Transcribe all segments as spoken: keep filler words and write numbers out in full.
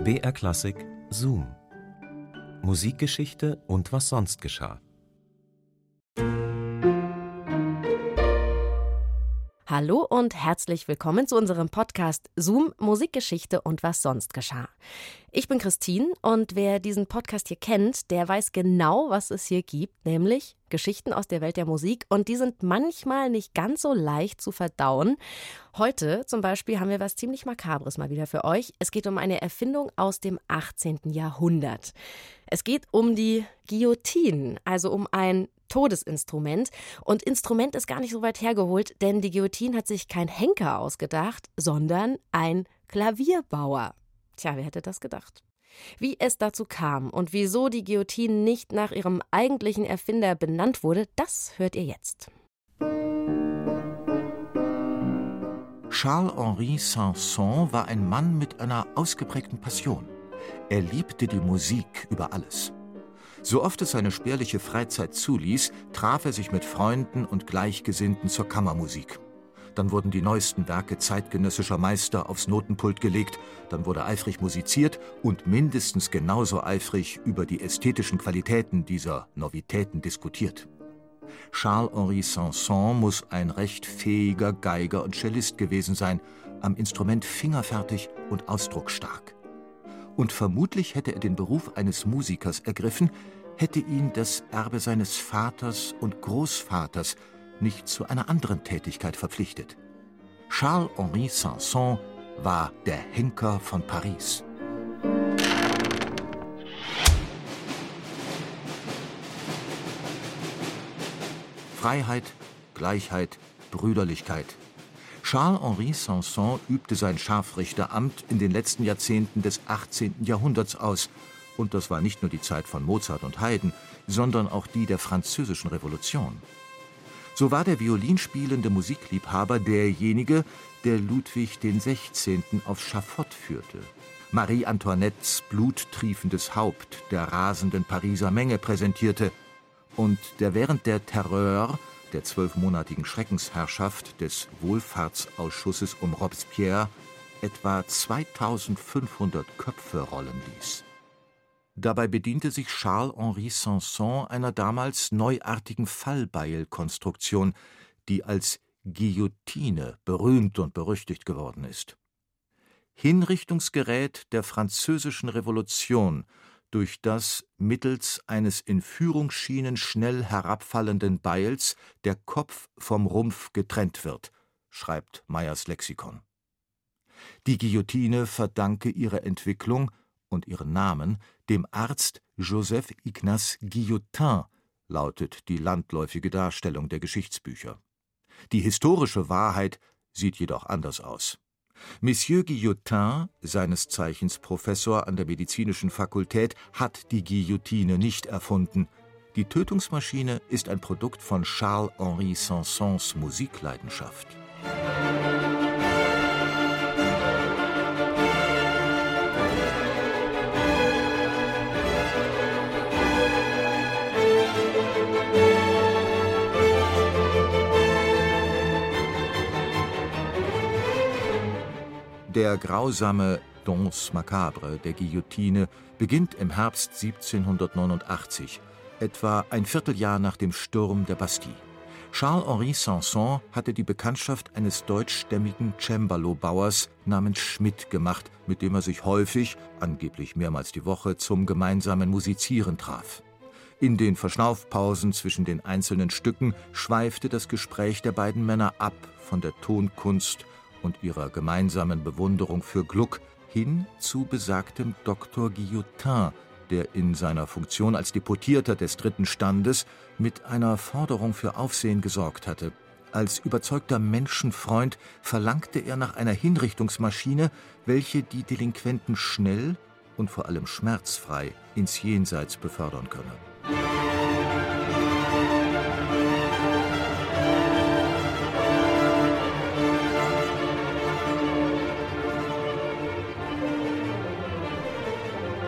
B R Klassik Zoom. Musikgeschichte und was sonst geschah. Hallo und herzlich willkommen zu unserem Podcast Zoom, Musikgeschichte und was sonst geschah. Ich bin Christine und wer diesen Podcast hier kennt, der weiß genau, was es hier gibt, nämlich Geschichten aus der Welt der Musik, und die sind manchmal nicht ganz so leicht zu verdauen. Heute zum Beispiel haben wir was ziemlich Makabres mal wieder für euch. Es geht um eine Erfindung aus dem achtzehnten Jahrhundert. Es geht um die Guillotine, also um ein Todesinstrument. Und Instrument ist gar nicht so weit hergeholt, denn die Guillotine hat sich kein Henker ausgedacht, sondern ein Klavierbauer. Tja, wer hätte das gedacht? Wie es dazu kam und wieso die Guillotine nicht nach ihrem eigentlichen Erfinder benannt wurde, das hört ihr jetzt. Charles-Henri Sanson war ein Mann mit einer ausgeprägten Passion. Er liebte die Musik über alles. So oft es seine spärliche Freizeit zuließ, traf er sich mit Freunden und Gleichgesinnten zur Kammermusik. Dann wurden die neuesten Werke zeitgenössischer Meister aufs Notenpult gelegt, dann wurde eifrig musiziert und mindestens genauso eifrig über die ästhetischen Qualitäten dieser Novitäten diskutiert. Charles-Henri Sanson muss ein recht fähiger Geiger und Cellist gewesen sein, am Instrument fingerfertig und ausdrucksstark. Und vermutlich hätte er den Beruf eines Musikers ergriffen, hätte ihn das Erbe seines Vaters und Großvaters nicht zu einer anderen Tätigkeit verpflichtet. Charles-Henri Sanson war der Henker von Paris. Freiheit, Gleichheit, Brüderlichkeit. Charles-Henri Sanson übte sein Scharfrichteramt in den letzten Jahrzehnten des achtzehnten Jahrhunderts aus. Und das war nicht nur die Zeit von Mozart und Haydn, sondern auch die der Französischen Revolution. So war der violinspielende Musikliebhaber derjenige, der Ludwig den Sechzehnten aufs Schafott führte, Marie Antoinettes bluttriefendes Haupt der rasenden Pariser Menge präsentierte und der während der Terreur, der zwölfmonatigen Schreckensherrschaft des Wohlfahrtsausschusses um Robespierre, etwa zweitausendfünfhundert Köpfe rollen ließ. Dabei bediente sich Charles-Henri Sanson einer damals neuartigen Fallbeilkonstruktion, die als Guillotine berühmt und berüchtigt geworden ist. Hinrichtungsgerät der Französischen Revolution, durch das mittels eines in Führungsschienen schnell herabfallenden Beils der Kopf vom Rumpf getrennt wird, schreibt Meyers Lexikon. Die Guillotine verdanke ihre Entwicklung und ihren Namen dem Arzt Joseph Ignace Guillotin, lautet die landläufige Darstellung der Geschichtsbücher. Die historische Wahrheit sieht jedoch anders aus. Monsieur Guillotin, seines Zeichens Professor an der medizinischen Fakultät, hat die Guillotine nicht erfunden. Die Tötungsmaschine ist ein Produkt von Charles-Henri Sansons Musikleidenschaft. Der grausame Danse macabre der Guillotine beginnt im Herbst siebzehnhundertneunundachtzig, etwa ein Vierteljahr nach dem Sturm der Bastille. Charles-Henri Sanson hatte die Bekanntschaft eines deutschstämmigen Cembalo-Bauers namens Schmidt gemacht, mit dem er sich häufig, angeblich mehrmals die Woche, zum gemeinsamen Musizieren traf. In den Verschnaufpausen zwischen den einzelnen Stücken schweifte das Gespräch der beiden Männer ab von der Tonkunst und ihrer gemeinsamen Bewunderung für Gluck hin zu besagtem Doktor Guillotin, der in seiner Funktion als Deputierter des dritten Standes mit einer Forderung für Aufsehen gesorgt hatte. Als überzeugter Menschenfreund verlangte er nach einer Hinrichtungsmaschine, welche die Delinquenten schnell und vor allem schmerzfrei ins Jenseits befördern könne.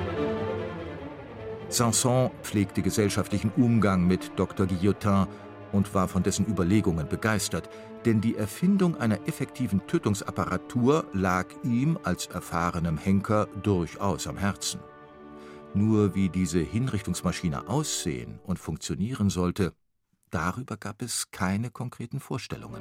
Sanson pflegte gesellschaftlichen Umgang mit Doktor Guillotin und war von dessen Überlegungen begeistert, denn die Erfindung einer effektiven Tötungsapparatur lag ihm als erfahrenem Henker durchaus am Herzen. Nur wie diese Hinrichtungsmaschine aussehen und funktionieren sollte, darüber gab es keine konkreten Vorstellungen.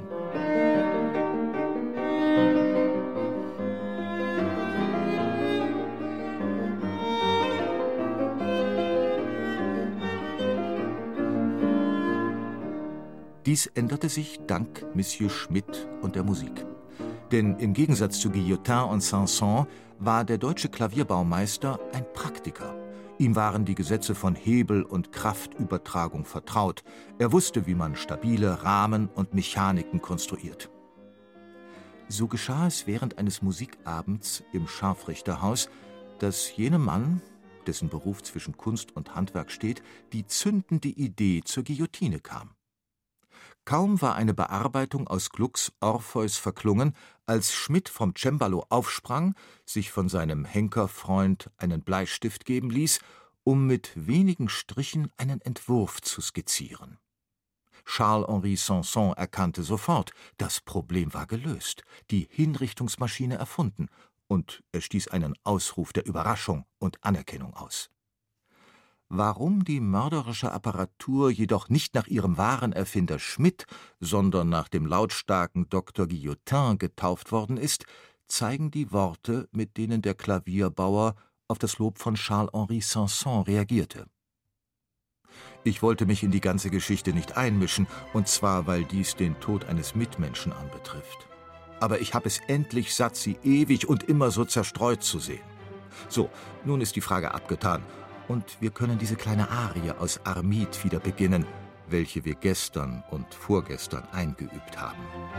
Dies änderte sich dank Monsieur Schmidt und der Musik. Denn im Gegensatz zu Guillotin und Saint-Saëns war der deutsche Klavierbaumeister ein Praktiker. Ihm waren die Gesetze von Hebel- und Kraftübertragung vertraut. Er wusste, wie man stabile Rahmen und Mechaniken konstruiert. So geschah es während eines Musikabends im Scharfrichterhaus, dass jenem Mann, dessen Beruf zwischen Kunst und Handwerk steht, die zündende Idee zur Guillotine kam. Kaum war eine Bearbeitung aus Glucks Orpheus verklungen, als Schmidt vom Cembalo aufsprang, sich von seinem Henkerfreund einen Bleistift geben ließ, um mit wenigen Strichen einen Entwurf zu skizzieren. Charles-Henri Sanson erkannte sofort, das Problem war gelöst, die Hinrichtungsmaschine erfunden, und er stieß einen Ausruf der Überraschung und Anerkennung aus. Warum die mörderische Apparatur jedoch nicht nach ihrem wahren Erfinder Schmidt, sondern nach dem lautstarken Doktor Guillotin getauft worden ist, zeigen die Worte, mit denen der Klavierbauer auf das Lob von Charles-Henri Sanson reagierte. Ich wollte mich in die ganze Geschichte nicht einmischen, und zwar, weil dies den Tod eines Mitmenschen anbetrifft. Aber ich habe es endlich satt, sie ewig und immer so zerstreut zu sehen. So, nun ist die Frage abgetan. Und wir können diese kleine Arie aus Armide wieder beginnen, welche wir gestern und vorgestern eingeübt haben.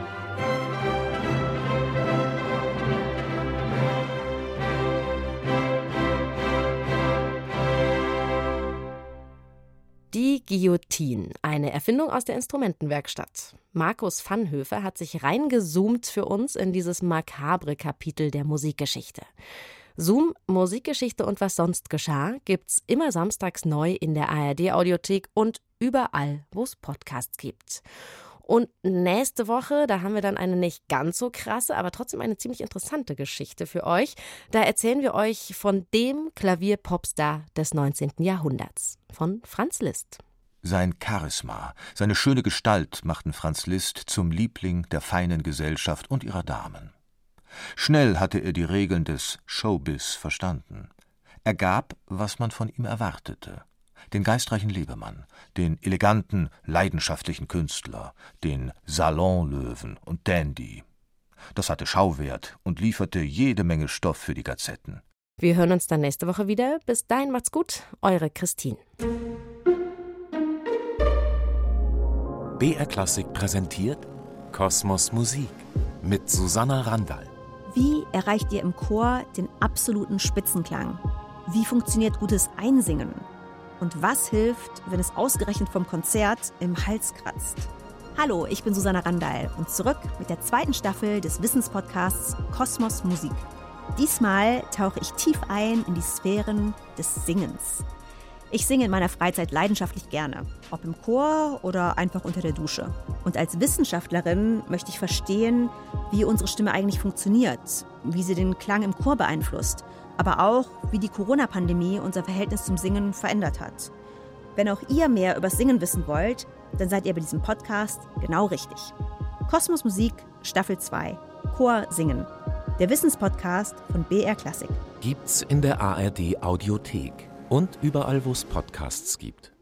Die Guillotine, eine Erfindung aus der Instrumentenwerkstatt. Markus Vanhöfe hat sich reingezoomt für uns in dieses makabre Kapitel der Musikgeschichte. Zoom, Musikgeschichte und was sonst geschah, gibt's immer samstags neu in der A R D-Audiothek und überall, wo es Podcasts gibt. Und nächste Woche, da haben wir dann eine nicht ganz so krasse, aber trotzdem eine ziemlich interessante Geschichte für euch. Da erzählen wir euch von dem Klavierpopstar des neunzehnten Jahrhunderts, von Franz Liszt. Sein Charisma, seine schöne Gestalt machten Franz Liszt zum Liebling der feinen Gesellschaft und ihrer Damen. Schnell hatte er die Regeln des Showbiz verstanden. Er gab, was man von ihm erwartete: den geistreichen Lebemann, den eleganten, leidenschaftlichen Künstler, den Salonlöwen und Dandy. Das hatte Schauwert und lieferte jede Menge Stoff für die Gazetten. Wir hören uns dann nächste Woche wieder. Bis dahin macht's gut, eure Christine. B R Klassik präsentiert Kosmos Musik mit Susanna Randall. Wie erreicht ihr im Chor den absoluten Spitzenklang? Wie funktioniert gutes Einsingen? Und was hilft, wenn es ausgerechnet vom Konzert im Hals kratzt? Hallo, ich bin Susanna Randall und zurück mit der zweiten Staffel des Wissenspodcasts Kosmos Musik. Diesmal tauche ich tief ein in die Sphären des Singens. Ich singe in meiner Freizeit leidenschaftlich gerne, ob im Chor oder einfach unter der Dusche. Und als Wissenschaftlerin möchte ich verstehen, wie unsere Stimme eigentlich funktioniert, wie sie den Klang im Chor beeinflusst, aber auch, wie die Corona-Pandemie unser Verhältnis zum Singen verändert hat. Wenn auch ihr mehr über Singen wissen wollt, dann seid ihr bei diesem Podcast genau richtig. Kosmos Musik, Staffel zwei, Chor Singen. Der Wissenspodcast von B R Klassik. Gibt's in der A R D Audiothek und überall, wo es Podcasts gibt.